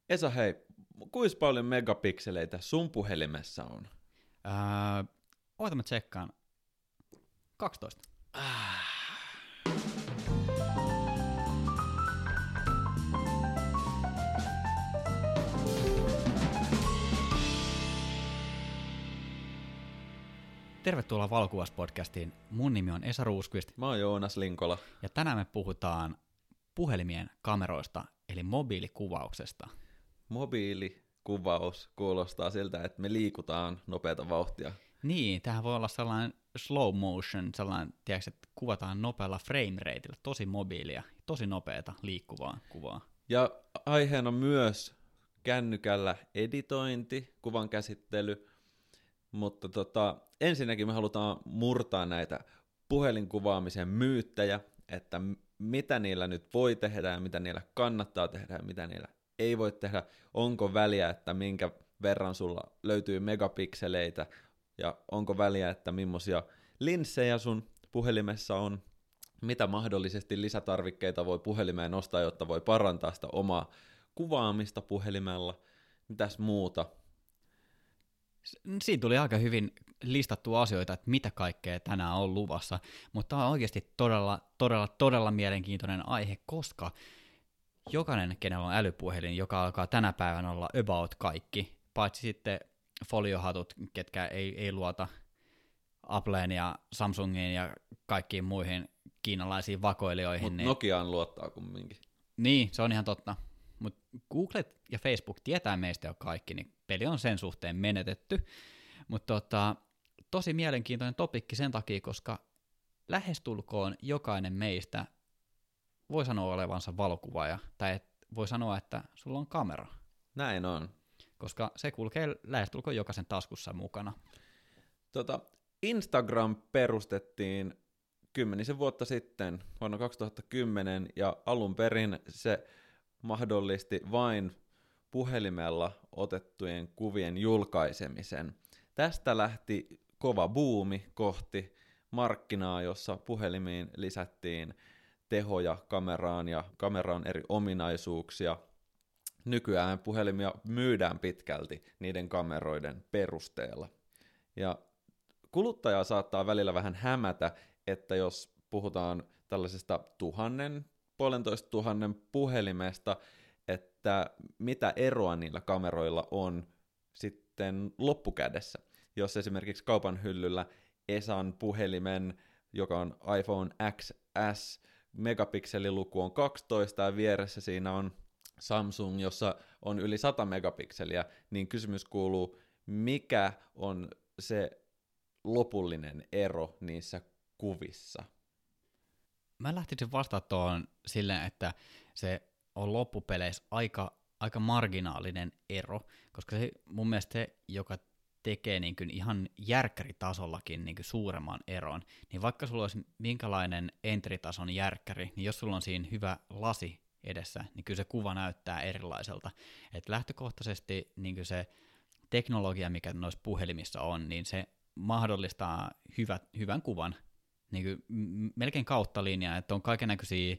Esa, hei, kuinka paljon megapikseleitä sun puhelimessa on? Oota mä tsekkaan. 12. Tervetuloa Valokuvauspodcastiin. Mun nimi on Esa Ruuskvist Mä oon Joonas Linkola. ja tänään me puhutaan puhelimien kameroista eli mobiilikuvauksesta. Mobiilikuvaus kuulostaa siltä, että me liikutaan nopeata vauhtia. Niin, tämähän voi olla sellainen slow motion, sellainen, tiedätkö, että kuvataan nopealla frame rateilla, tosi mobiilia, tosi nopeata liikkuvaa kuvaa. Ja aiheena myös kännykällä editointi, kuvan käsittely, mutta ensinnäkin me halutaan murtaa näitä puhelinkuvaamisen myyttejä, että mitä niillä nyt voi tehdä ja mitä niillä kannattaa tehdä ja mitä niillä ei voi tehdä. Onko väliä, että minkä verran sulla löytyy megapikseleitä ja onko väliä, että millaisia linssejä sun puhelimessa on, mitä mahdollisesti lisätarvikkeita voi puhelimeen nostaa, jotta voi parantaa sitä omaa kuvaamista puhelimella, mitäs muuta. Siinä tuli aika hyvin listattua asioita, että mitä kaikkea tänään on luvassa, mutta tämä on oikeasti todella mielenkiintoinen aihe, koska jokainen, kenellä on älypuhelin, joka alkaa tänä päivänä olla about kaikki, paitsi sitten foliohatut, ketkä ei luota Appleen ja Samsungiin ja kaikkiin muihin kiinalaisiin vakoilijoihin. Mutta niin Nokiaan luottaa kumminkin. Niin, se on ihan totta. Mutta Google ja Facebook tietää meistä jo kaikki, niin peli on sen suhteen menetetty. Mutta tosi mielenkiintoinen topikki sen takia, koska lähestulkoon jokainen meistä voi sanoa olevansa valokuvaaja, tai voi sanoa, että sulla on kamera, Näin on. koska se kulkee lähestulkoon jokaisen taskussa mukana. Instagram perustettiin 10 vuotta sitten, vuonna 2010, ja alun perin se mahdollisti vain puhelimella otettujen kuvien julkaisemisen. Tästä lähti kova buumi kohti markkinaa, jossa puhelimiin lisättiin tehoja kameraan ja kameran eri ominaisuuksia. Nykyään puhelimia myydään pitkälti niiden kameroiden perusteella. Ja kuluttajaa saattaa välillä vähän hämätä, että jos puhutaan tällaisesta 1,000–1,500 puhelimesta, että mitä eroa niillä kameroilla on sitten loppukädessä. Jos esimerkiksi kaupan hyllyllä Esan puhelimen, joka on iPhone XS, megapikseliluku on 12 ja vieressä siinä on Samsung, jossa on yli 100 megapikseliä, niin kysymys kuuluu, mikä on se lopullinen ero niissä kuvissa? Mä lähtisin vastaamaan tuohon silleen, että se on loppupeleissä aika marginaalinen ero, koska se, mun mielestä se, joka tekee niin kuin ihan järkkäritasollakin niin kuin suuremman eron, niin vaikka sulla olisi minkälainen entry-tason järkkäri, niin jos sulla on siinä hyvä lasi edessä, niin kyllä se kuva näyttää erilaiselta. Et lähtökohtaisesti niin kuin se teknologia, mikä noissa puhelimissa on, niin se mahdollistaa hyvän kuvan niin kuin melkein kautta linjaa, että on kaikennäköisiä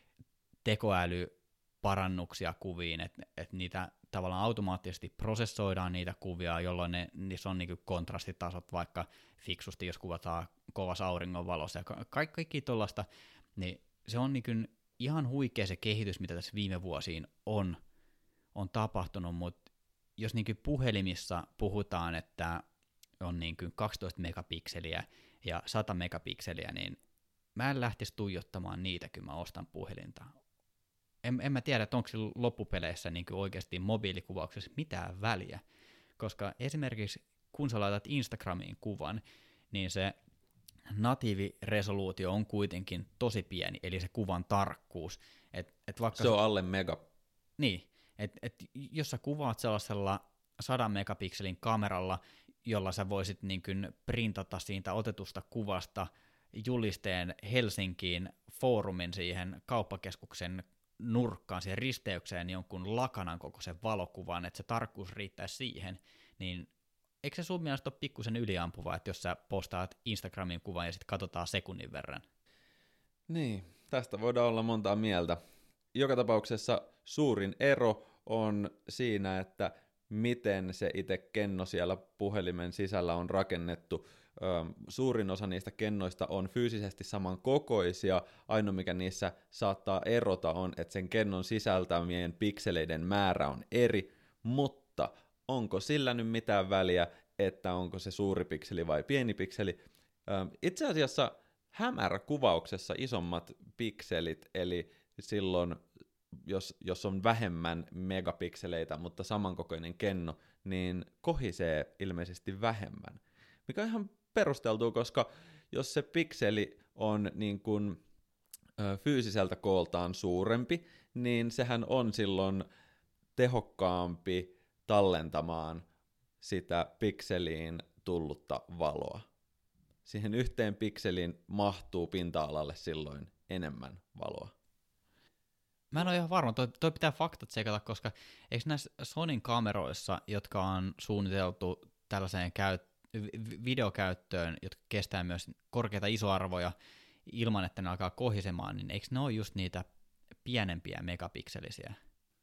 tekoälyparannuksia kuviin, että niitä tavallaan automaattisesti prosessoidaan niitä kuvia, jolloin niissä on niin kuin kontrastitasot vaikka fiksusti, jos kuvataan kovassa auringonvalossa ja kaikki tuollaista, niin se on niin kuin ihan huikea se kehitys, mitä tässä viime vuosiin on tapahtunut, mutta jos niin kuin puhelimissa puhutaan, että on niin kuin 12 megapikseliä ja 100 megapikseliä, niin mä en lähtisi tuijottamaan niitä, kun mä ostan puhelinta. En mä tiedä, että onko sillä loppupeleissä niin kuin oikeasti mobiilikuvauksessa mitään väliä, koska esimerkiksi kun sä laitat Instagramiin kuvan, niin se natiiviresoluutio on kuitenkin tosi pieni, eli se kuvan tarkkuus. Se on alle mega. Niin, että jos sä kuvaat sellaisella 100 megapikselin kameralla, jolla sä voisit niin kuin printata siitä otetusta kuvasta julisteen Helsinkiin foorumin siihen kauppakeskuksen nurkkaan, siihen risteykseen jonkun lakanan kokoisen valokuvan, että se tarkkuus riittäisi siihen, niin eikö se sun mielestä ole pikkusen yliampuva, että jos sä postaat Instagramin kuvan ja sitten katsotaan sekunnin verran? Niin, tästä voidaan olla montaa mieltä. Joka tapauksessa suurin ero on siinä, että miten se itse kenno siellä puhelimen sisällä on rakennettu. Suurin osa niistä kennoista on fyysisesti samankokoisia, ainoa mikä niissä saattaa erota on, että sen kennon sisältämien pikseleiden määrä on eri, mutta onko sillä nyt mitään väliä, että onko se suuri pikseli vai pieni pikseli? Itse asiassa hämäräkuvauksessa isommat pikselit, eli silloin jos on vähemmän megapikseleitä, mutta samankokoinen kenno, niin kohisee ilmeisesti vähemmän. Mikä on ihan perusteltua, koska jos se pikseli on niin kuin fyysiseltä kooltaan suurempi, niin sehän on silloin tehokkaampi tallentamaan sitä pikseliin tullutta valoa. Siihen yhteen pikseliin mahtuu pinta-alalle silloin enemmän valoa. Mä en ole ihan varma, toi pitää faktat tsekata, koska eikö näissä Sonyn kameroissa, jotka on suunniteltu tällaiseen videokäyttöön, jotka kestää myös korkeita isoarvoja ilman, että ne alkaa kohisemaan, niin eikö ne ole just niitä pienempiä megapikselisiä?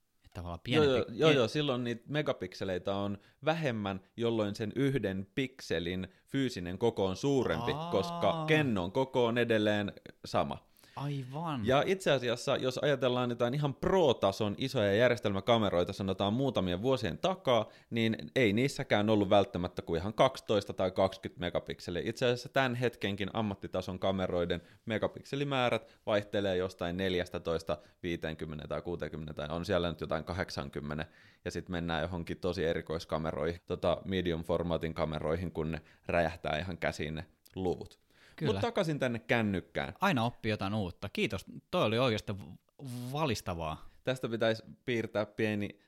Joo, silloin niitä megapikseleitä on vähemmän, jolloin sen yhden pikselin fyysinen koko on suurempi, koska kennon koko on edelleen sama. Aivan. Ja itse asiassa, jos ajatellaan jotain ihan pro-tason isoja järjestelmäkameroita, sanotaan muutamien vuosien takaa, niin ei niissäkään ollut välttämättä kuin ihan 12 tai 20 megapikseliä. Itse asiassa tämän hetkenkin ammattitason kameroiden megapikselimäärät vaihtelee jostain 14, 50 tai 60, tai on siellä nyt jotain 80, ja sitten mennään johonkin tosi erikoiskameroihin, medium-formaatin kameroihin, kun ne räjähtää ihan käsiin ne luvut. Mutta takaisin tänne kännykkään. Aina oppii jotain uutta. Kiitos. Toi oli oikeasti valistavaa. Tästä pitäisi piirtää pieni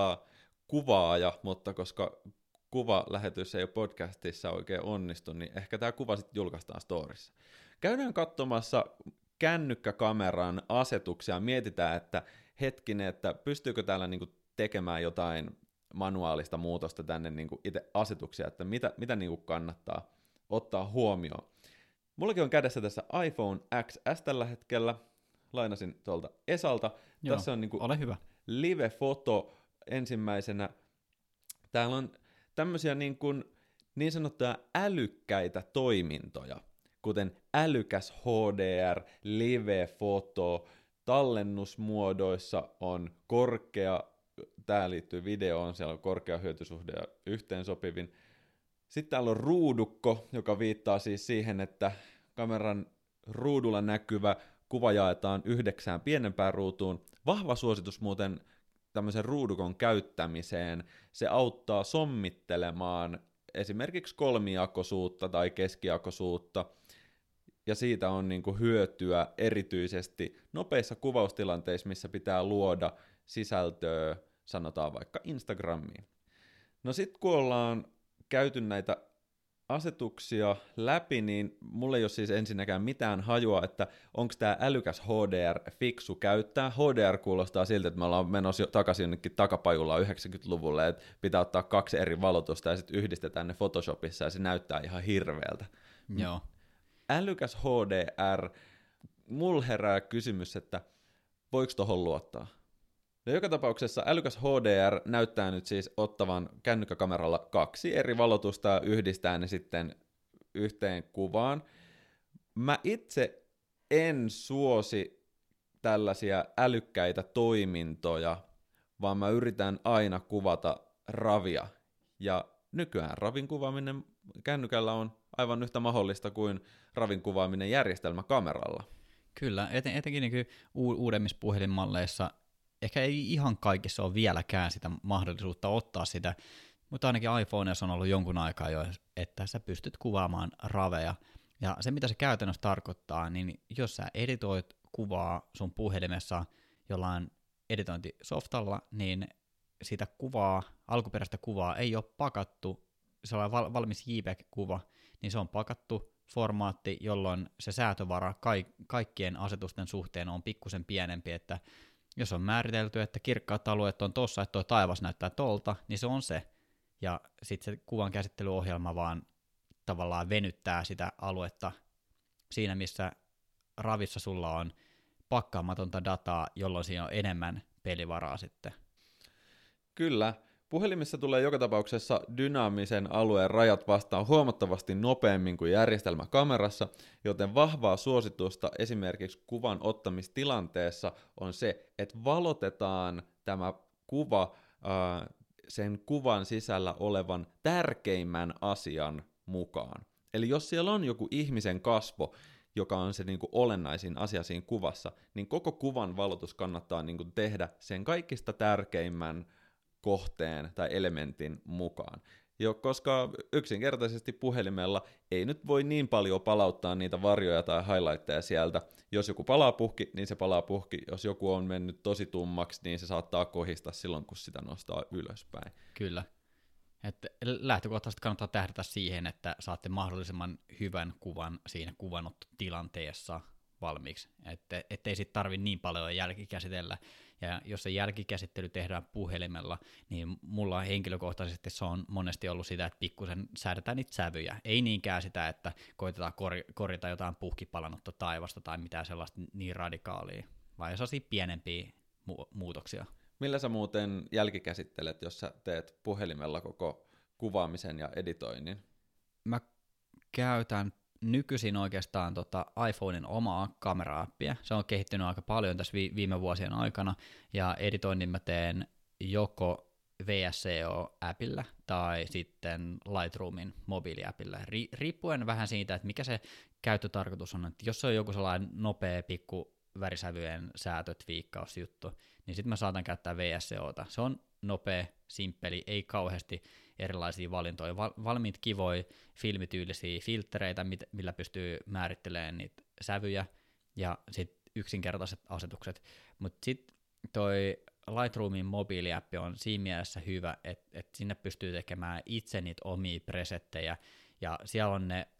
kuvaaja, mutta koska kuvalähetys ei ole podcastissa oikein onnistu, niin ehkä tämä kuva sitten julkaistaan storissa. Käydään katsomassa kännykkäkameran asetuksia. Mietitään, että hetkinen, että pystyykö täällä niinku tekemään jotain manuaalista muutosta tänne niinku itse asetuksia, että mitä niinku kannattaa ottaa huomioon. Mullakin on kädessä tässä iPhone XS tällä hetkellä. Lainasin tuolta Esalta. Joo, tässä on niinku ole hyvä. live-foto ensimmäisenä. Täällä on tämmöisiä niin sanottuja älykkäitä toimintoja, kuten älykäs HDR, live-foto, tallennusmuodoissa on korkea, tää liittyy videoon, siellä on korkea hyötysuhde ja yhteensopivin. Sitten täällä on ruudukko, joka viittaa siis siihen, että kameran ruudulla näkyvä kuva jaetaan 9 pienempään ruutuun. Vahva suositus muuten tämmöisen ruudukon käyttämiseen. Se auttaa sommittelemaan esimerkiksi kolmijakoisuutta tai keskijakoisuutta, ja siitä on niinku hyötyä erityisesti nopeissa kuvaustilanteissa, missä pitää luoda sisältöä, sanotaan vaikka Instagramiin. No sit kun ollaan käyty näitä asetuksia läpi, niin mulla ei ole siis ensinnäkään mitään hajua, että onko tämä älykäs HDR fiksu käyttää. HDR kuulostaa siltä, että me ollaan menossa takaisin jonnekin takapajulla 90-luvulle, että pitää ottaa 2 eri valotusta ja sitten yhdistetään ne Photoshopissa ja se näyttää ihan hirveältä. Joo. Älykäs HDR, mulla herää kysymys, että voiko tohon luottaa? No joka tapauksessa älykäs HDR näyttää nyt siis ottavan kännykkäkameralla 2 eri valotusta ja yhdistää ne sitten yhteen kuvaan. Mä itse en suosi tällaisia älykkäitä toimintoja, vaan mä yritän aina kuvata ravia. Ja nykyään ravin kuvaaminen kännykällä on aivan yhtä mahdollista kuin ravin kuvaaminen järjestelmäkameralla. Kyllä, etenkin niin uudemmissa puhelinmalleissa ehkä ei ihan kaikissa ole vieläkään sitä mahdollisuutta ottaa sitä, mutta ainakin iPhoneissa on ollut jonkun aikaa jo, että sä pystyt kuvaamaan raveja. Ja se, mitä se käytännössä tarkoittaa, niin jos sä editoit kuvaa sun puhelimessa jollain editointisoftalla, niin sitä kuvaa, alkuperäistä kuvaa ei ole pakattu, se on valmis JPEG-kuva, niin se on pakattu formaatti, jolloin se säätövara kaikkien asetusten suhteen on pikkusen pienempi, että jos on määritelty, että kirkkaat alueet on tossa, että tuo taivas näyttää tolta, niin se on se. Ja sitten se kuvan käsittelyohjelma vaan tavallaan venyttää sitä aluetta siinä, missä ravissa sulla on pakkaamatonta dataa, jolloin siinä on enemmän pelivaraa sitten. Kyllä. Puhelimissa tulee joka tapauksessa dynaamisen alueen rajat vastaan huomattavasti nopeammin kuin järjestelmäkamerassa, joten vahvaa suositusta esimerkiksi kuvan ottamistilanteessa on se, että valotetaan tämä kuva sen kuvan sisällä olevan tärkeimmän asian mukaan. Eli jos siellä on joku ihmisen kasvo, joka on se niinku olennaisin asia siinä kuvassa, niin koko kuvan valotus kannattaa niinku tehdä sen kaikista tärkeimmän kohteen tai elementin mukaan. Koska yksinkertaisesti puhelimella ei nyt voi niin paljon palauttaa niitä varjoja tai highlightteja sieltä. Jos joku palaa puhki, niin se palaa puhki. Jos joku on mennyt tosi tummaksi, niin se saattaa kohista silloin, kun sitä nostaa ylöspäin. Kyllä. Että lähtökohtaisesti kannattaa tähdätä siihen, että saatte mahdollisimman hyvän kuvan siinä kuvanottotilanteessa valmiiksi. Ettei sitten tarvitse niin paljon jälkikäsitellä. Ja jos se jälkikäsittely tehdään puhelimella, niin mulla henkilökohtaisesti se on monesti ollut sitä, että pikkusen säädetään niitä sävyjä. Ei niinkään sitä, että koitetaan korjata jotain puhkipalannutta taivasta tai mitään sellaista niin radikaalia, vaan sellaisia pienempiä muutoksia. Millä sä muuten jälkikäsittelet, jos sä teet puhelimella koko kuvaamisen ja editoinnin? Mä käytän nykyisin oikeastaan iPhonein omaa kamera-appia. Se on kehittynyt aika paljon tässä viime vuosien aikana, ja editoinnin mä teen joko VSCO-appillä tai sitten Lightroomin mobiiliappilla, riippuen vähän siitä, että mikä se käyttötarkoitus on. Että jos se on joku sellainen nopea pikku värisävyjen säätötviikkausjuttu, niin sitten mä saatan käyttää VSCOta. Se on nopea, simppeli, ei kauheasti erilaisia valintoja. Valmiit kivoja filmityylisiä filtreitä, millä pystyy määrittelemään niitä sävyjä, ja sitten yksinkertaiset asetukset. Mutta sitten toi Lightroomin mobiiliappi on siinä mielessä hyvä, että sinne pystyy tekemään itse niitä omia presettejä, ja siellä on ne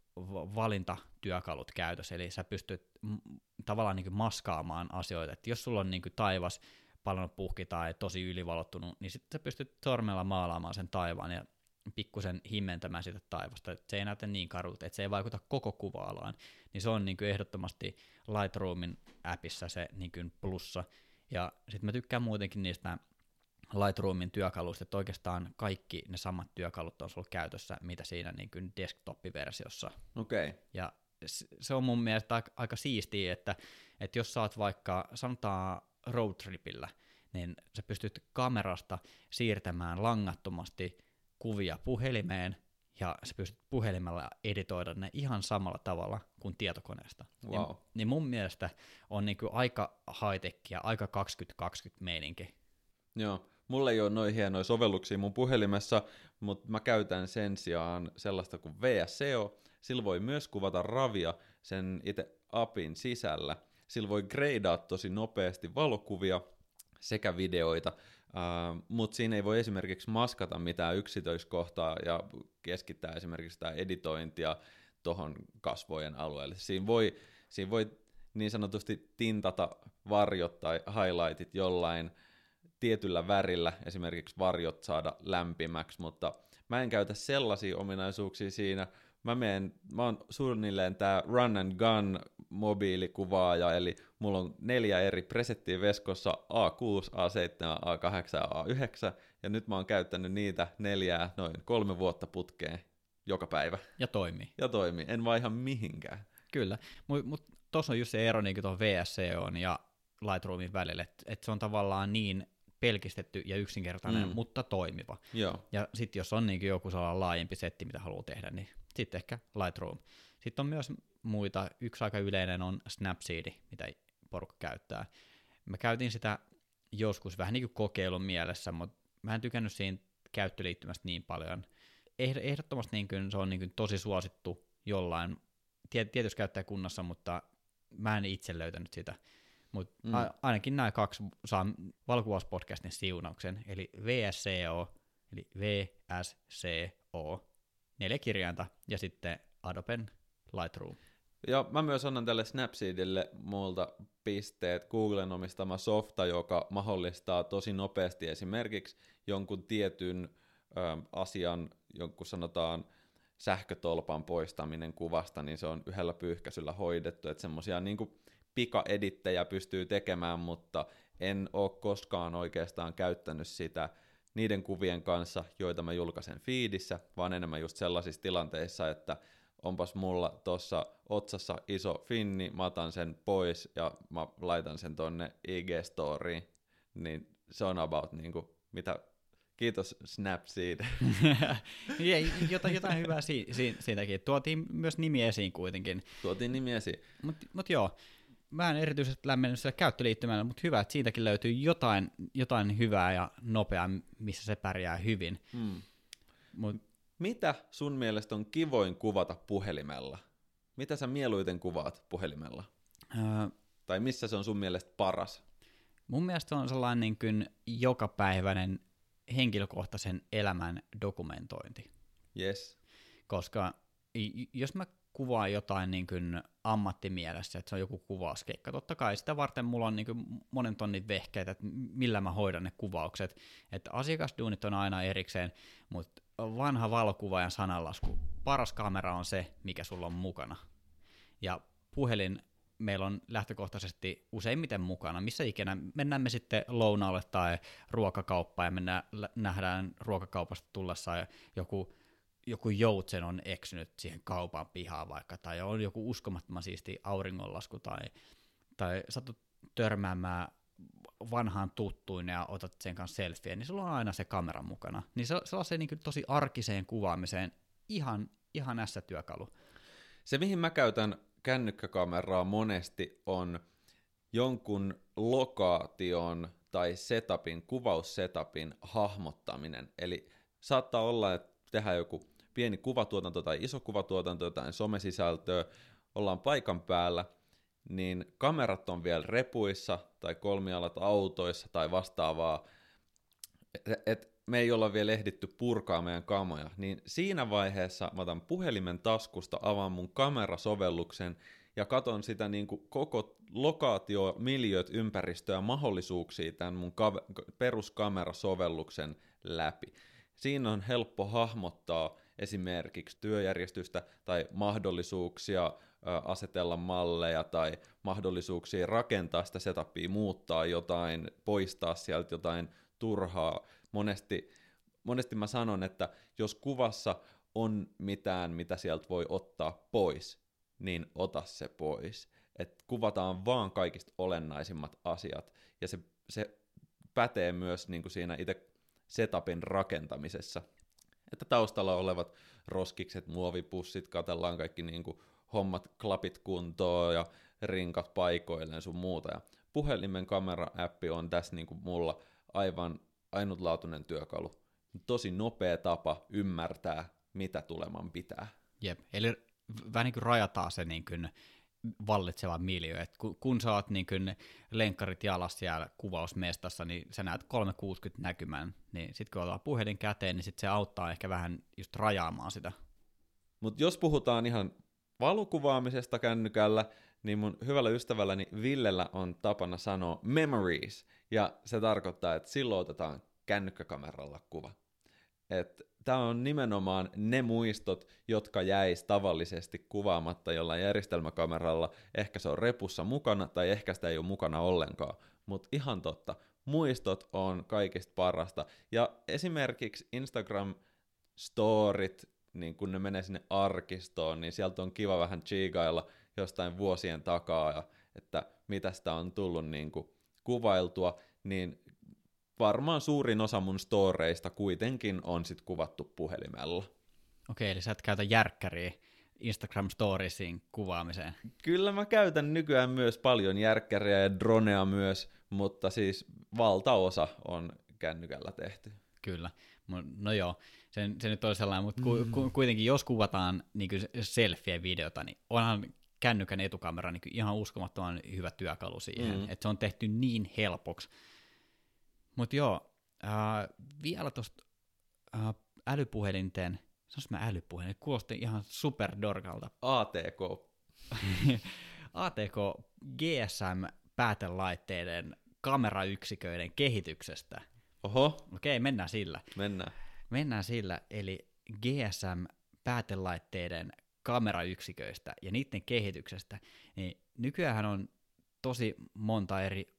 valintatyökalut käytössä, eli sä pystyt tavallaan niin kuin maskaamaan asioita, että jos sulla on niin kuin taivas palannut puhki tai tosi ylivalottunut, niin sitten sä pystyt sormella maalaamaan sen taivaan ja pikkusen himmentämään sitä taivasta, että se ei näytä niin karulta, että se ei vaikuta koko kuva-alaan, niin se on niin kuin ehdottomasti Lightroomin appissa se niin kuin plussa, ja sitten mä tykkään muutenkin niistä Lightroomin työkaluista, että oikeastaan kaikki ne samat työkalut on sulla käytössä, mitä siinä niin kuin desktop-versiossa. Okei. Ja se on mun mielestä aika siistiä, että jos sä oot vaikka, sanotaan roadtripillä, niin sä pystyt kamerasta siirtämään langattomasti kuvia puhelimeen, ja sä pystyt puhelimella editoida ne ihan samalla tavalla kuin tietokoneesta. Wow. Niin mun mielestä on niin kuin aika high-tech ja aika 2020 meininki. Joo, mulla ei ole noin hienoja sovelluksia mun puhelimessa, mutta mä käytän sen sijaan sellaista kuin VSCO. Sillä voi myös kuvata ravia sen itse appin sisällä. Sillä voi gradeaa tosi nopeasti valokuvia sekä videoita, mutta siinä ei voi esimerkiksi maskata mitään yksityiskohtaa ja keskittää esimerkiksi sitä editointia tuohon kasvojen alueelle. Siinä voi niin sanotusti tintata varjot tai highlightit jollain tietyllä värillä, esimerkiksi varjot saada lämpimäksi, mutta mä en käytä sellaisia ominaisuuksia siinä. Mä oon suunnilleen tää run and gun mobiilikuvaaja, eli mulla on 4 eri presettiä veskossa, A6, A7, A8 ja A9, ja nyt mä oon käyttänyt niitä 4 noin 3 vuotta putkeen joka päivä. Ja toimii. Ja toimii, en vaiha mihinkään. Kyllä, mutta tuossa on just se ero niin tuon VSCOn ja Lightroomin välillä, että se on tavallaan niin pelkistetty ja yksinkertainen, mutta toimiva. Joo. Ja sitten jos on niin joku sellainen laajempi setti, mitä haluaa tehdä, niin sitten ehkä Lightroom. Sitten on myös muita. Yksi aika yleinen on Snapseed, mitä porukka käyttää. Mä käytin sitä joskus vähän niin kuin kokeilun mielessä, mutta mä en tykännyt siinä käyttöliittymästä niin paljon. Ehdottomasti niin kuin se on niin kuin tosi suosittu jollain tietysti käyttäjäkunnassa, mutta mä en itse löytänyt sitä. Mutta ainakin nämä 2 saa Valokuvauspodcastin siunauksen, eli VSCO, eli VSCO, 4 kirjainta, ja sitten Adoben Lightroom. Ja mä myös annan tälle Snapseedille multa pisteet. Googlen omistama softa, joka mahdollistaa tosi nopeasti esimerkiksi jonkun tietyn asian, jonkun sanotaan sähkötolpan poistaminen kuvasta, niin se on yhdellä pyyhkäisyllä hoidettu, että semmosia niinku pikaedittejä pystyy tekemään, mutta en ole koskaan oikeastaan käyttänyt sitä niiden kuvien kanssa, joita mä julkaisen feedissä, vaan enemmän just sellaisissa tilanteissa, että onpas mulla tuossa otsassa iso finni, mä otan sen pois ja mä laitan sen tonne IG-storiin, niin se on about niinku, mitä, kiitos Snapseed. Jotain hyvää siitäkin. Tuotiin myös nimi esiin kuitenkin. Tuotiin nimi esiin. Mut joo, mä en erityisesti lämmennyt sillä käyttöliittymällä, mutta hyvä, että siitäkin löytyy jotain hyvää ja nopeaa, missä se pärjää hyvin. Mitä sun mielestä on kivoin kuvata puhelimella? Mitä sä mieluiten kuvaat puhelimella? Tai missä se on sun mielestä paras? Mun mielestä se on sellainen niin kuin jokapäiväinen henkilökohtaisen elämän dokumentointi. Yes. Koska jos mä kuvaan jotain niin kuin ammattimielessä, että se on joku kuvauskeikka, totta kai sitä varten mulla on niin kuin monen tonnin vehkeitä, että millä mä hoidan ne kuvaukset. Että asiakasduunit on aina erikseen, mutta vanha valokuvaajan sananlasku, paras kamera on se, mikä sulla on mukana. Ja puhelin meillä on lähtökohtaisesti useimmiten mukana, missä ikinä mennään me sitten lounaalle tai ruokakauppaan ja me nähdään ruokakaupasta tullessa ja joku joutsen on eksynyt siihen kaupan pihaan vaikka, tai on joku uskomattoman siisti auringonlasku, tai satut törmäämään vanhaan tuttuun ja otat sen kanssa selfie, niin sulla on aina se kamera mukana. Niin sellaiseen niin tosi arkiseen kuvaamiseen ihan S-työkalu. Se, mihin mä käytän kännykkäkameraa monesti, on jonkun lokaation tai kuvaussetupin hahmottaminen. Eli saattaa olla, että tehdään joku pieni kuvatuotanto tai iso kuvatuotanto tai somesisältöä, ollaan paikan päällä, niin kamerat on vielä repuissa tai kolmialat autoissa tai vastaavaa, että me ei olla vielä ehditty purkaa meidän kamoja, niin siinä vaiheessa mä otan puhelimen taskusta, avaan mun kamerasovelluksen ja katon sitä niin kuin koko lokaatio, miljööt, ympäristöä, mahdollisuuksia tämän mun peruskamerasovelluksen läpi. Siinä on helppo hahmottaa esimerkiksi työjärjestystä tai mahdollisuuksia asetella malleja tai mahdollisuuksia rakentaa sitä setupia, muuttaa jotain, poistaa sieltä jotain turhaa. Monesti mä sanon, että jos kuvassa on mitään, mitä sieltä voi ottaa pois, niin ota se pois. Et kuvataan vaan kaikista olennaisimmat asiat, ja se pätee myös niin kuin siinä itse setupin rakentamisessa. Että taustalla olevat roskikset, muovipussit, katsellaan kaikki niin kuin hommat, klapit kuntoon ja rinkat paikoilleen sun muuta. Ja puhelimen kamera-appi on tässä niin kuin mulla aivan ainutlaatuinen työkalu. Tosi nopea tapa ymmärtää, mitä tuleman pitää. Jep, eli vähän niin kuin rajataan se niin kuin vallitseva miljö, että kun sä oot niin kuin lenkkarit jalassa siellä kuvausmestassa, niin sä näet 360 näkymän, niin sit kun otetaan puhelin käteen, niin sit se auttaa ehkä vähän just rajaamaan sitä. Mutta jos puhutaan ihan valokuvaamisesta kännykällä, niin mun hyvällä ystävälläni Villellä on tapana sanoa memories, ja se tarkoittaa, että silloin otetaan kännykkäkameralla kuva. Tämä on nimenomaan ne muistot, jotka jäis tavallisesti kuvaamatta jollain järjestelmäkameralla. Ehkä se on repussa mukana, tai ehkä sitä ei ole mukana ollenkaan. Mutta ihan totta, muistot on kaikista parasta. Ja esimerkiksi Instagram-storit, niin kun ne menee sinne arkistoon, niin sieltä on kiva vähän chigailla jostain vuosien takaa, ja että mitä sitä on tullut niin kuin kuvailtua, niin varmaan suurin osa mun storeista kuitenkin on sit kuvattu puhelimella. Okei, eli sä et käytä järkkäriä Instagram Storiesiin kuvaamiseen. Kyllä mä käytän nykyään myös paljon järkkäriä ja dronea myös, mutta siis valtaosa on kännykällä tehty. Kyllä, no joo, se nyt on sellainen, mutta kuitenkin jos kuvataan niin selfie-videota, niin onhan kännykän etukamera niin ihan uskomattoman hyvä työkalu siihen, että se on tehty niin helpoksi. Mutta joo, vielä tuosta älypuhelinten, sanois mä älypuhelin, kuulosti ihan superdorkalta. ATK. ATK GSM-päätelaitteiden kamerayksiköiden kehityksestä. Oho. Okei, mennään sillä. Mennään sillä, eli GSM-päätelaitteiden kamerayksiköistä ja niiden kehityksestä, niin nykyään on tosi monta eri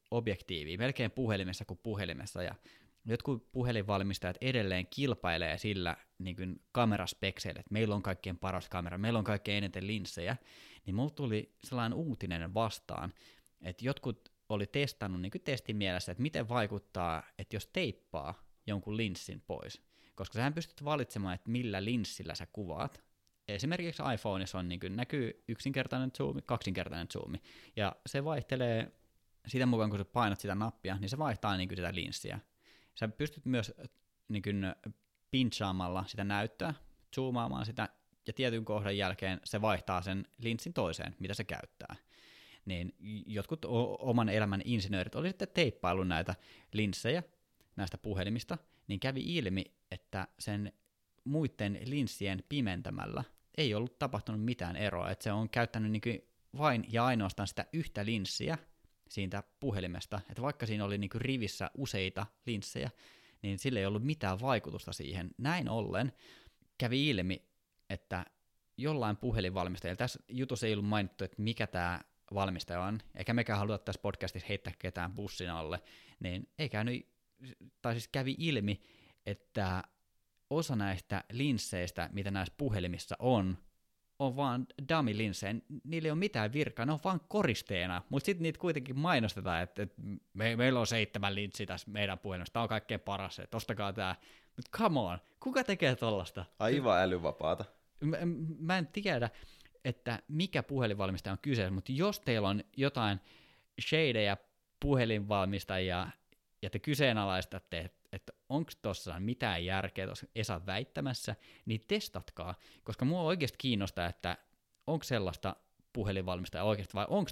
objektiivia, melkein puhelimessa kuin puhelimessa, ja jotkut puhelinvalmistajat edelleen kilpailee sillä niin kuin kameraspekseillä, että meillä on kaikkein paras kamera, meillä on kaikkein eniten linssejä, niin mulla tuli sellainen uutinen vastaan, että jotkut oli testannut niin kuin testin mielessä, että miten vaikuttaa, että jos teippaa jonkun linssin pois, koska sähän pystyt valitsemaan, että millä linssillä sä kuvaat. Esimerkiksi iPhoneissa on, niin kuin, näkyy yksinkertainen zoomi, kaksinkertainen zoomi, ja se vaihtelee sitä mukaan, kun sä painat sitä nappia, niin se vaihtaa niin kuin sitä linssiä. Sä pystyt myös niin kuin, pinchaamalla sitä näyttöä, zoomaamaan sitä, ja tietyn kohdan jälkeen se vaihtaa sen linssin toiseen, mitä se käyttää. Niin jotkut oman elämän insinöörit oli sitten teippaillut näitä linssejä näistä puhelimista, niin kävi ilmi, että sen muiden linssien pimentämällä ei ollut tapahtunut mitään eroa, että se on käyttänyt niin kuin vain ja ainoastaan sitä yhtä linssiä siitä puhelimesta, että vaikka siinä oli niin kuin rivissä useita linssejä, niin sillä ei ollut mitään vaikutusta siihen. Näin ollen kävi ilmi, että jollain puhelinvalmistajilla, tässä jutussa ei ollut mainittu, että mikä tämä valmistaja on, eikä mekään halua tässä podcastissa heittää ketään bussin alle, niin ei käynyt, tai siis kävi ilmi, että osa näistä linsseistä, mitä näissä puhelimissa on vaan dummy-linssejä, niillä ei ole mitään virkaa, ne on vaan koristeena, mutta sitten niitä kuitenkin mainostetaan, että meillä on 7 linssiä tässä meidän puhelimessa, tämä on kaikkein paras, että ostakaa tämä, mutta come on, kuka tekee tollasta? Aivan älyvapaata. Mä en tiedä, että mikä puhelinvalmistaja on kyseessä, mutta jos teillä on jotain shadeja puhelinvalmistajia, ja te kyseenalaistatte, että onko tuossa mitään järkeä tuossa Esa väittämässä, niin testatkaa, koska mua oikeasti kiinnostaa, että onko sellaista puhelinvalmistajaa oikeasti, vai onko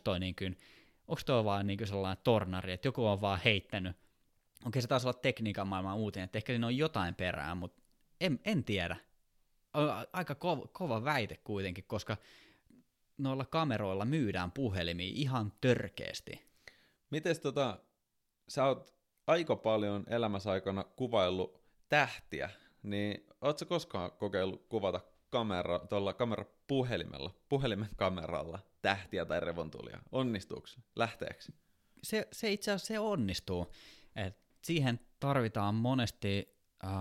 toi vaan niin kuin sellainen tornari, että joku on vaan heittänyt. Okei, se taas olla tekniikan maailman uutinen, että ehkä siinä on jotain perää, mutta en tiedä. Aika kova väite kuitenkin, koska noilla kameroilla myydään puhelimia ihan törkeästi. Mites sä oot aika paljon elämässä aikana kuvaillut tähtiä, niin ootko sä koskaan kokeillut kuvata puhelimen kameralla tähtiä tai revontulia? Onnistuuko se? Lähteekö? Se itse asiassa se onnistuu. Et siihen tarvitaan monesti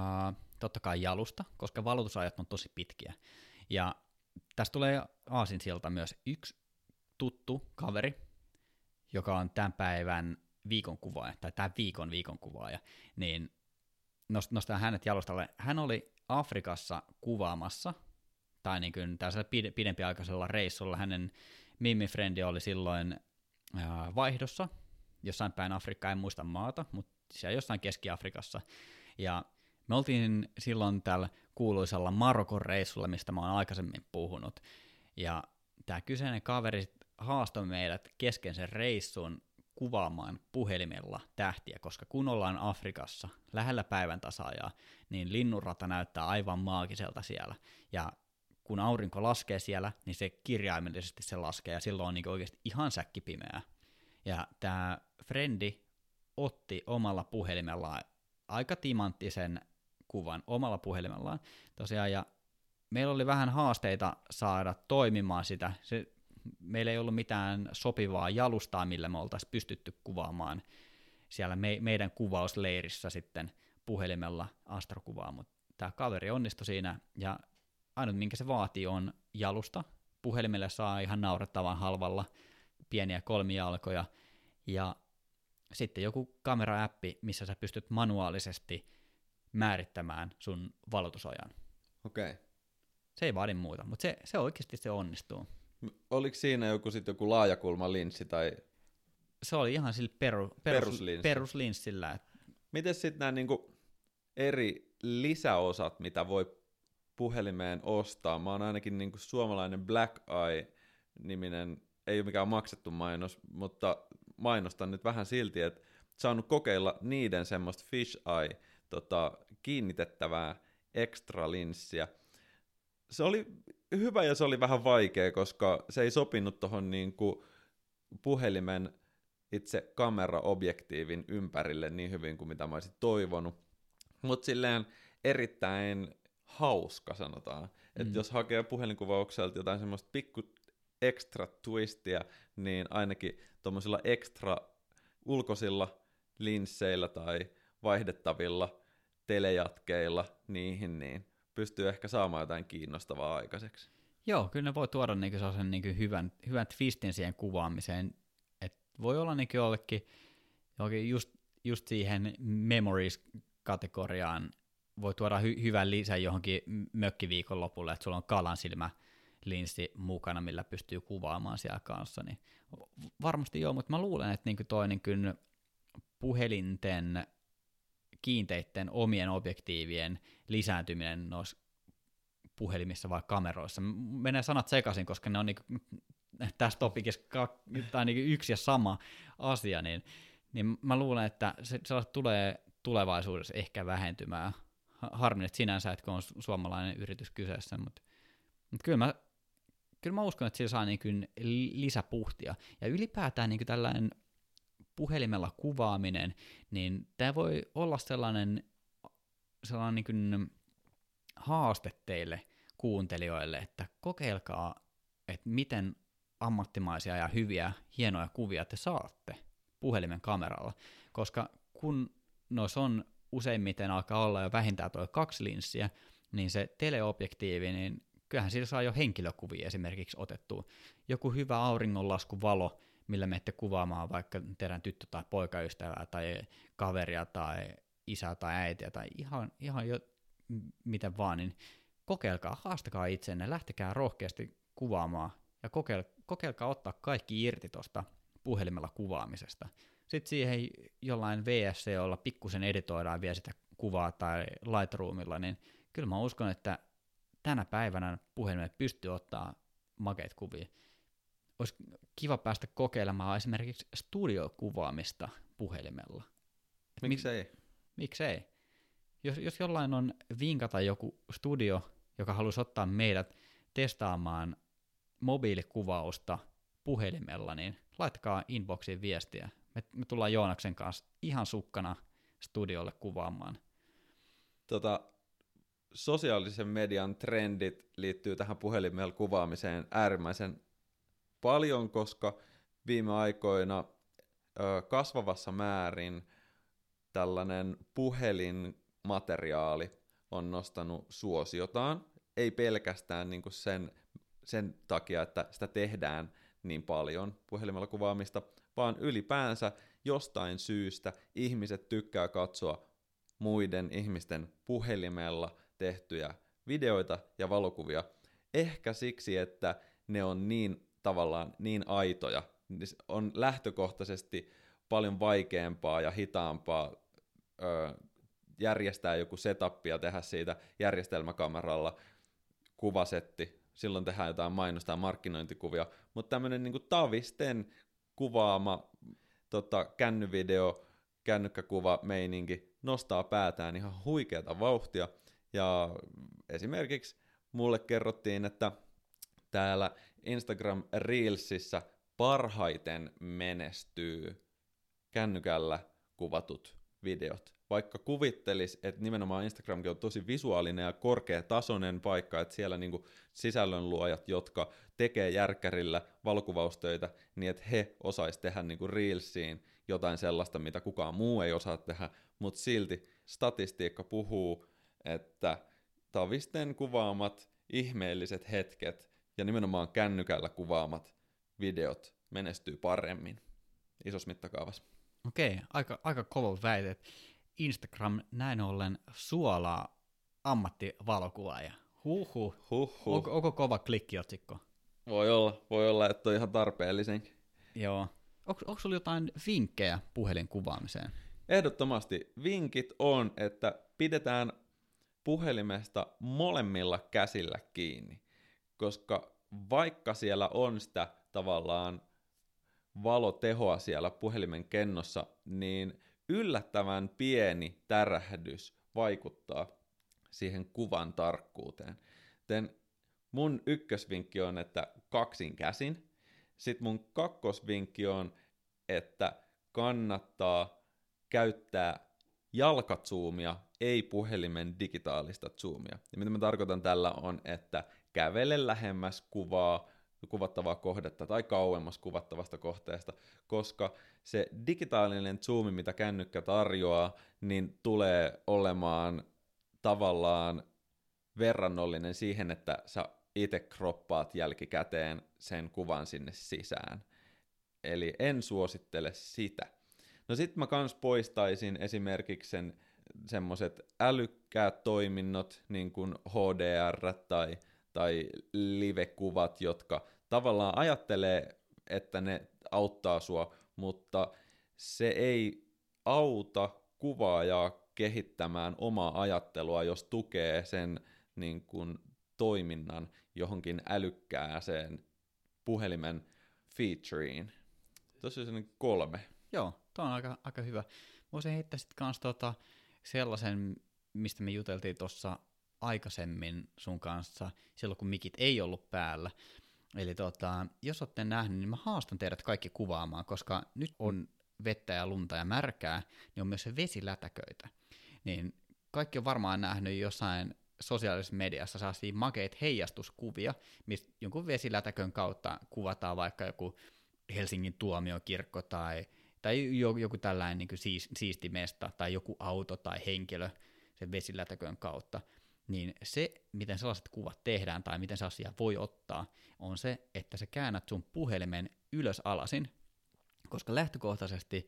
totta kai jalusta, koska valotusajat on tosi pitkiä. Ja tästä tulee aasinsilta myös yksi tuttu kaveri, joka on tämän päivän viikonkuvaaja, tai tämän viikon viikonkuvaaja, niin nostaa hänet jalustalle. Hän oli Afrikassa kuvaamassa, tai niin kuin tällaisella pidempiaikaisella reissulla. Hänen mimifrendi oli silloin vaihdossa, jossain päin Afrikkaa, en muista maata, mutta siellä jossain Keski-Afrikassa. Ja me oltiin silloin tällä kuuluisella Marokon reissulla, mistä mä oon aikaisemmin puhunut. Ja tämä kyseinen kaveri haastoi meidät kesken sen reissun kuvaamaan puhelimella tähtiä, koska kun ollaan Afrikassa lähellä päivän tasaajaa, niin linnunrata näyttää aivan maagiselta siellä. Ja kun aurinko laskee siellä, niin se kirjaimellisesti se laskee, ja silloin on niin oikeasti ihan säkkipimeää. Ja tämä frendi otti omalla puhelimellaan aika timanttisen kuvan omalla puhelimellaan tosiaan, ja meillä oli vähän haasteita saada toimimaan sitä. Meillä ei ollut mitään sopivaa jalustaa, millä me oltaisiin pystytty kuvaamaan siellä meidän kuvausleirissä sitten puhelimella astrokuvaa, mutta tämä kaveri onnistui siinä, ja ainut minkä se vaatii on jalusta. Puhelimelle saa ihan naurettavan halvalla pieniä kolmijalkoja, ja sitten joku kameraäppi, missä sä pystyt manuaalisesti määrittämään sun valotusajan. Okei. Okay. Se ei vaadi muuta, mutta se oikeasti se onnistuu. Oliko siinä joku laajakulmalinssi tai? Se oli ihan sillä peruslinssillä. Miten sitten nämä niinku eri lisäosat, mitä voi puhelimeen ostaa? Mä oon ainakin niinku suomalainen Black Eye-niminen, ei ole mikään maksettu mainos, mutta mainostan nyt vähän silti, että saanut kokeilla niiden semmoista Fish Eye kiinnitettävää extra linssiä. Se oli hyvä ja se oli vähän vaikea, koska se ei sopinut tuohon niinku puhelimen itse kameraobjektiivin ympärille niin hyvin kuin mitä mä olisin toivonut. Mutta silleen erittäin hauska sanotaan. Että jos hakee puhelinkuvaukselta jotain semmoista pikku extra twistia, niin ainakin tuommoisilla extra ulkoisilla linsseillä tai vaihdettavilla telejatkeilla niihin, niin pystyy ehkä saamaan jotain kiinnostavaa aikaiseksi. Joo, kyllä ne voi tuoda niinku sellaisen niinku hyvän twistin siihen kuvaamiseen. Et voi olla niinku jollekin just siihen memories-kategoriaan voi tuoda hyvän lisän johonkin mökkiviikonlopulle, että sulla on kalansilmälinssi mukana, millä pystyy kuvaamaan siellä kanssa. Niin varmasti joo, mutta mä luulen, että niinku toi niinku puhelinten kiinteitten omien objektiivien lisääntyminen noissa puhelimissa vai kameroissa. Menee sanat sekaisin, koska ne on niinku, tässä topikissa niinku yksi ja sama asia, niin mä luulen, että se tulee tulevaisuudessa ehkä vähentymään. Harmin, että sinänsä, että kun on suomalainen yritys kyseessä, mutta kyllä mä uskon, että sillä saa niinku lisäpuhtia. Ja ylipäätään niinku tällainen puhelimella kuvaaminen, niin tämä voi olla sellainen niin kuin haaste teille kuuntelijoille, että kokeilkaa, että miten ammattimaisia ja hyviä, hienoja kuvia te saatte puhelimen kameralla, koska kun noissa on useimmiten alkaa olla jo vähintään tuo 2 linssiä, niin se teleobjektiivi, niin kyllähän sillä saa jo henkilökuvia esimerkiksi otettua. Joku hyvä auringonlaskuvalo, millä menette kuvaamaan vaikka teidän tyttö- tai poikaystävää tai kaveria tai isää tai äitiä tai ihan jo miten vaan, niin kokeilkaa, haastakaa itsenne, lähtekää rohkeasti kuvaamaan ja kokeilkaa ottaa kaikki irti tuosta puhelimella kuvaamisesta. Sitten siihen jollain VSC:llä pikkusen editoidaan vielä sitä kuvaa tai Lightroomilla, niin kyllä mä uskon, että tänä päivänä puhelimelle pystyy ottaa makeita kuvia. Olisi kiva päästä kokeilemaan esimerkiksi studiokuvaamista puhelimella. Miksei? Jos jollain on vinkata joku studio, joka haluaisi ottaa meidät testaamaan mobiilikuvausta puhelimella, niin laittakaa inboxiin viestiä. Me tullaan Joonaksen kanssa ihan sukkana studiolle kuvaamaan. Sosiaalisen median trendit liittyy tähän puhelimella kuvaamiseen äärimmäisen paljon, koska viime aikoina kasvavassa määrin tällainen puhelinmateriaali on nostanut suosiotaan, ei pelkästään niin kuin sen takia, että sitä tehdään niin paljon puhelimella kuvaamista, vaan ylipäänsä jostain syystä ihmiset tykkää katsoa muiden ihmisten puhelimella tehtyjä videoita ja valokuvia. Ehkä siksi, että ne on tavallaan niin aitoja. On lähtökohtaisesti paljon vaikeampaa ja hitaampaa järjestää joku setup ja tehdä siitä järjestelmäkameralla kuvasetti. Silloin tehdään jotain mainosta ja markkinointikuvia, mutta tämmöinen niin kuin tavisten kuvaama kännyvideo, kännykkäkuva meininki nostaa päätään ihan huikeata vauhtia. Ja esimerkiksi mulle kerrottiin, että täällä Instagram Reelsissä parhaiten menestyy kännykällä kuvatut videot. Vaikka kuvittelis, että nimenomaan Instagramkin on tosi visuaalinen ja korkeatasoinen paikka, että siellä niinku sisällönluojat, jotka tekee järkkärillä valokuvaustöitä, niin että he osais tehdä niinku Reelsiin jotain sellaista, mitä kukaan muu ei osaa tehdä, mutta silti statistiikka puhuu, että tavisten kuvaamat ihmeelliset hetket ja nimenomaan kännykällä kuvaamat videot menestyy paremmin isossa mittakaavassa. Okei, aika kova väite. Instagram näin ollen suolaa ammattivalokuvaaja. Huhhuh. Onko kova klikkiotsikko? Voi olla, että on ihan tarpeellisenkin. Joo. Onko sulla jotain vinkkejä puhelinkuvaamiseen? Ehdottomasti vinkit on, että pidetään puhelimesta molemmilla käsillä kiinni, koska vaikka siellä on sitä tavallaan valotehoa siellä puhelimen kennossa, niin yllättävän pieni tärähdys vaikuttaa siihen kuvan tarkkuuteen. Joten mun ykkösvinkki on, että kaksin käsin. Sitten mun kakkosvinkki on, että kannattaa käyttää jalkazoomia, ei puhelimen digitaalista zoomia. Ja mitä mä tarkoitan tällä on, että kävele lähemmäs kuvaa, kuvattavaa kohdetta tai kauemmas kuvattavasta kohteesta, koska se digitaalinen zoomi, mitä kännykkä tarjoaa, niin tulee olemaan tavallaan verrannollinen siihen, että sä itse kroppaat jälkikäteen sen kuvan sinne sisään. Eli en suosittele sitä. No sit mä kans poistaisin esimerkiksi semmoset älykkäät toiminnot, niin kuin HDR tai live-kuvat, jotka tavallaan ajattelee, että ne auttaa sua, mutta se ei auta kuvaajaa kehittämään omaa ajattelua, jos tukee sen niin kuin toiminnan johonkin älykkääseen puhelimen featureen. Tuossa on 3. Joo, tuo on aika hyvä. Voisin heittää sitten kans sellaisen, mistä me juteltiin tuossa aikaisemmin sun kanssa, silloin kun mikit ei ollut päällä. Eli jos olette nähnyt, niin mä haastan teidät kaikki kuvaamaan, koska nyt on vettä ja lunta ja märkää, niin on myös vesilätäköitä. Niin kaikki on varmaan nähnyt jossain sosiaalisessa mediassa sellaisia makeita heijastuskuvia, mistä jonkun vesilätäkön kautta kuvataan vaikka joku Helsingin tuomiokirkko tai joku tällainen niin kuin siisti mesta tai joku auto tai henkilö sen vesilätäkön kautta. Niin se, miten sellaiset kuvat tehdään tai miten se asia voi ottaa, on se, että sä käännät sun puhelimen ylös alasin, koska lähtökohtaisesti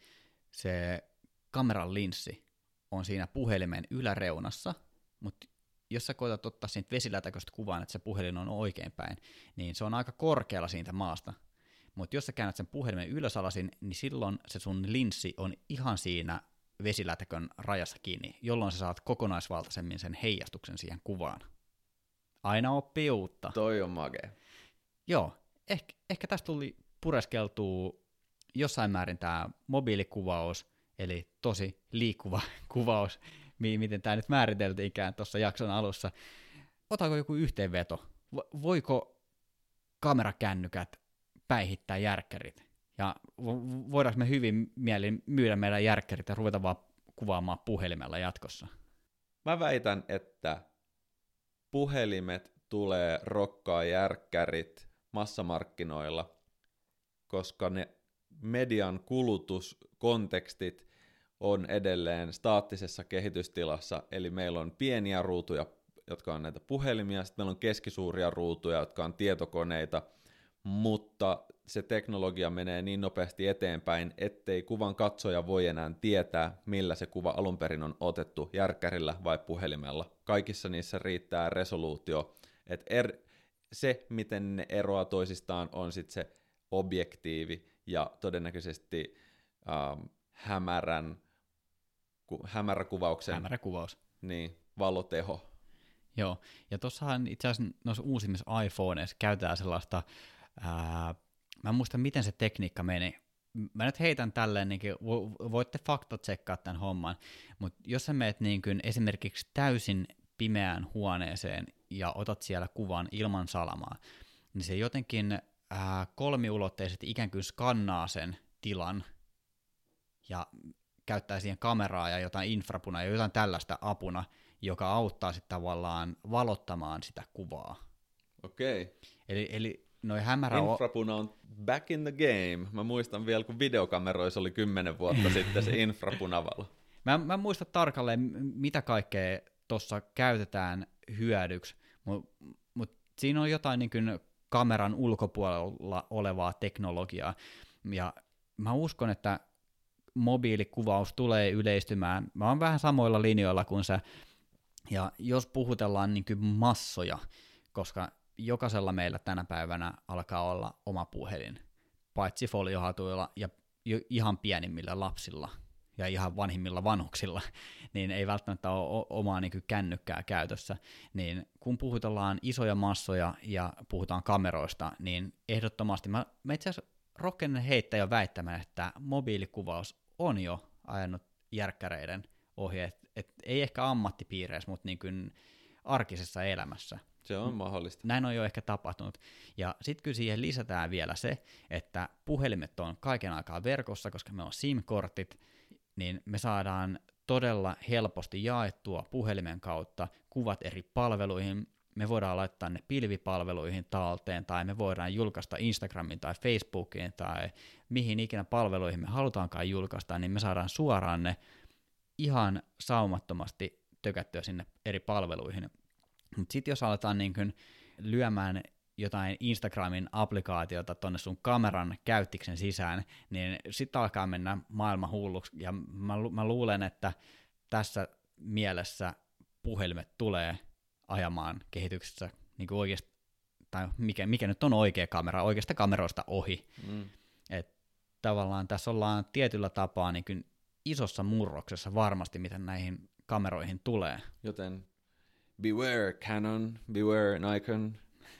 se kameran linssi on siinä puhelimen yläreunassa, mutta jos sä koetat ottaa siitä vesilätäköstä kuvaan, että se puhelin on oikeinpäin, niin se on aika korkealla siitä maasta. Mutta jos sä käännät sen puhelimen ylösalasin, niin silloin se sun linssi on ihan siinä vesilätäkön rajassa kiinni, jolloin sä saat kokonaisvaltaisemmin sen heijastuksen siihen kuvaan. Aina oppii uutta. Toi on makea. Joo, ehkä tästä tuli pureskeltua jossain määrin tämä mobiilikuvaus, eli tosi liikkuva kuvaus, miten tämä nyt määriteltiinkään tuossa jakson alussa. Otaako joku yhteenveto? Voiko kamerakännykät päihittää järkkärit? Ja voidaanko me hyvin mielin myydä meidän järkkärit ja ruveta vaan kuvaamaan puhelimella jatkossa? Mä väitän, että puhelimet tulee rokkaa järkkärit massamarkkinoilla, koska ne median kulutuskontekstit on edelleen staattisessa kehitystilassa, eli meillä on pieniä ruutuja, jotka on näitä puhelimia, sitten meillä on keskisuuria ruutuja, jotka on tietokoneita, mutta se teknologia menee niin nopeasti eteenpäin, ettei kuvan katsoja voi enää tietää, millä se kuva alun perin on otettu, järkkärillä vai puhelimella. Kaikissa niissä riittää resoluutio, että se, miten ne eroaa toisistaan, on sitten se objektiivi ja todennäköisesti hämärä kuvaus. Niin, valoteho. Joo, ja tuossahan itse asiassa noissa uusimmissa iPhoneissa käytetään sellaista, mä en muista miten se tekniikka meni. Mä nyt heitän tälleen, niin voitte faktatsekkaa tämän homman, mutta jos sä meet niin esimerkiksi täysin pimeään huoneeseen ja otat siellä kuvan ilman salamaa, niin se jotenkin kolmiulotteisesti ikään kuin skannaa sen tilan ja käyttää siihen kameraa ja jotain infrapunaa ja jotain tällaista apuna, joka auttaa sitten tavallaan valottamaan sitä kuvaa. Okei. Eli infrapuna on back in the game. Mä muistan vielä, kun videokameroissa oli 10 vuotta sitten se infrapunavalo. Mä en muista tarkalleen, mitä kaikkea tuossa käytetään hyödyksi, mutta siinä on jotain niin kuin kameran ulkopuolella olevaa teknologiaa, ja mä uskon, että mobiilikuvaus tulee yleistymään. Mä oon vähän samoilla linjoilla kuin sä, ja jos puhutellaan niin kuin massoja, koska jokaisella meillä tänä päivänä alkaa olla oma puhelin, paitsi foliohatuilla ja ihan pienimmillä lapsilla ja ihan vanhimmilla vanhuksilla, niin ei välttämättä ole omaa niin kuin kännykkää käytössä. Niin kun puhutellaan isoja massoja ja puhutaan kameroista, niin ehdottomasti mä itse asiassa rohkenen heittää jo väittämään, että mobiilikuvaus on jo ajanut järkkäreiden ohi, et ei ehkä ammattipiireissä, mutta niin kuin arkisessa elämässä. Se on mahdollista. Näin on jo ehkä tapahtunut. Ja sitten kyllä siihen lisätään vielä se, että puhelimet on kaiken aikaa verkossa, koska meillä on SIM-kortit, niin me saadaan todella helposti jaettua puhelimen kautta kuvat eri palveluihin. me voidaan laittaa ne pilvipalveluihin talteen, tai me voidaan julkaista Instagramiin tai Facebookiin, tai mihin ikinä palveluihin me halutaankaan julkaista, niin me saadaan suoraan ne ihan saumattomasti tökättyä sinne eri palveluihin. Mutta sitten jos aletaan niin kun lyömään jotain Instagramin applikaatiota tonne sun kameran käyttiksen sisään, niin sitten alkaa mennä maailman hulluksi, ja mä luulen, että tässä mielessä puhelimet tulee ajamaan kehityksessä niin kuin oikeasti, tai mikä nyt on oikea kamera, oikeasta kameroista ohi. Et tavallaan tässä ollaan tietyllä tapaa niin kuin isossa murroksessa varmasti, mitä näihin kameroihin tulee. Joten beware Canon, beware Nikon.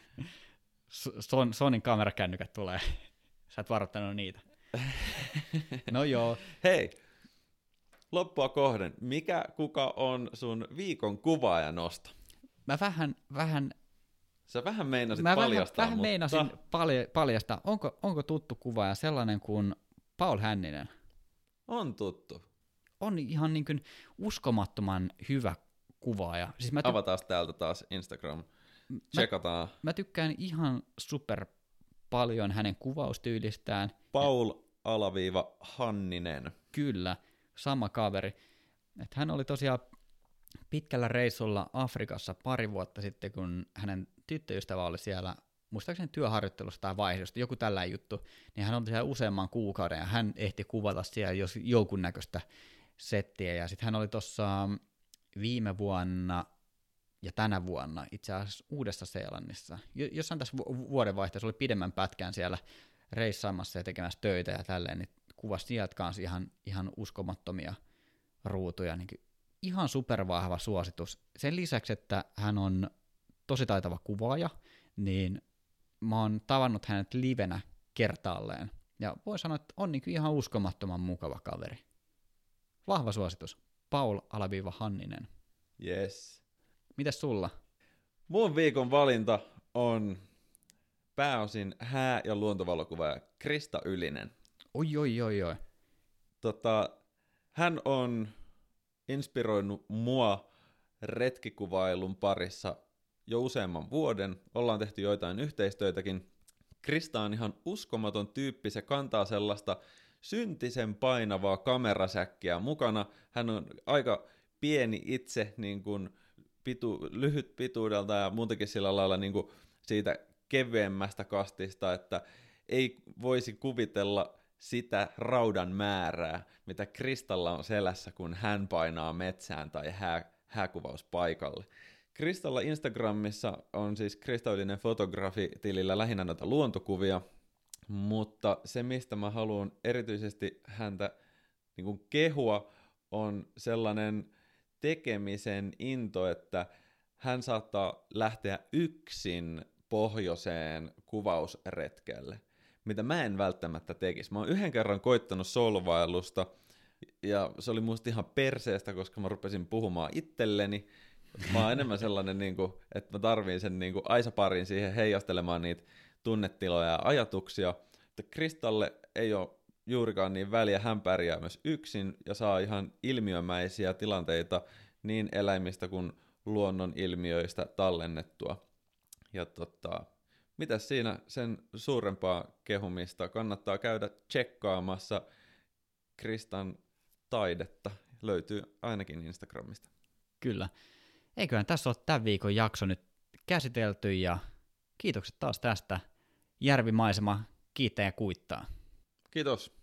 Sonin kamerakännykät tulee. Sä et varoittanut niitä. No joo. Hei, loppua kohden. Kuka on sun viikon kuvaajanosto? Mä vähän Sä vähän meinasit vähän meinasin paljastaa. Onko tuttu kuvaaja sellainen kuin Paul Hänninen? On tuttu. On ihan niin kuin uskomattoman hyvä kuvaaja. Siis Avataan täältä taas Instagram. Tsekataan. Mä tykkään ihan super paljon hänen kuvaustyylistään. Paul-Hanninen. Kyllä, sama kaveri. Et hän oli tosiaan pitkällä reissulla Afrikassa pari vuotta sitten, kun hänen tyttöystävä oli siellä, muistaakseni työharjoittelussa tai vaihdosta, joku tällainen juttu, niin hän oli siellä useamman kuukauden, ja hän ehti kuvata siellä jonkunnäköistä settiä, ja sitten hän oli tuossa viime vuonna ja tänä vuonna itse asiassa Uudessa-Seelannissa. Jossain tässä vuodenvaihteessa oli pidemmän pätkän siellä reissaamassa ja tekemässä töitä ja tälleen, niin kuvasi sieltä kanssa ihan uskomattomia ruutuja, niin ihan supervahva suositus. Sen lisäksi, että hän on tosi taitava kuvaaja, niin mä oon tavannut hänet livenä kertaalleen. Ja voi sanoa, että on niin ihan uskomattoman mukava kaveri. Vahva suositus. Paul-Hanninen. Yes. Mitäs sulla? Mun viikon valinta on pääosin hää- ja luontovalokuvaaja Krista Ylinen. Oi. Hän on inspiroinut mua retkikuvailun parissa jo useamman vuoden. Ollaan tehty joitain yhteistöitäkin. Krista on ihan uskomaton tyyppi. Se kantaa sellaista syntisen painavaa kamerasäkkiä mukana. Hän on aika pieni itse, niin kuin lyhyt pituudelta ja muutenkin sillä lailla niin kuin siitä kevyemmästä kastista, että ei voisi kuvitella sitä raudan määrää, mitä Kristalla on selässä, kun hän painaa metsään tai hääkuvauspaikalle. Kristalla Instagramissa on siis Krista Ylinen fotografi-tilillä lähinnä näitä luontokuvia, mutta se, mistä mä haluan erityisesti häntä niin kuin kehua, on sellainen tekemisen into, että hän saattaa lähteä yksin pohjoiseen kuvausretkelle, mitä mä en välttämättä tekisi. Mä oon yhden kerran koittanut solvailusta, ja se oli musta ihan perseestä, koska mä rupesin puhumaan itselleni. Mä oon enemmän sellainen, että mä tarviin sen aisaparin siihen heijastelemaan niitä tunnetiloja ja ajatuksia. Mutta Kristalle ei ole juurikaan niin väliä, hän pärjää myös yksin ja saa ihan ilmiömäisiä tilanteita niin eläimistä kuin luonnon ilmiöistä tallennettua. Ja mitäs siinä sen suurempaa kehumista? Kannattaa käydä tsekkaamassa Kristan taidetta. Löytyy ainakin Instagramista. Kyllä. Eiköhän tässä ole tämän viikon jakso nyt käsitelty ja kiitokset taas tästä. Järvimaisema kiittää ja kuittaa. Kiitos.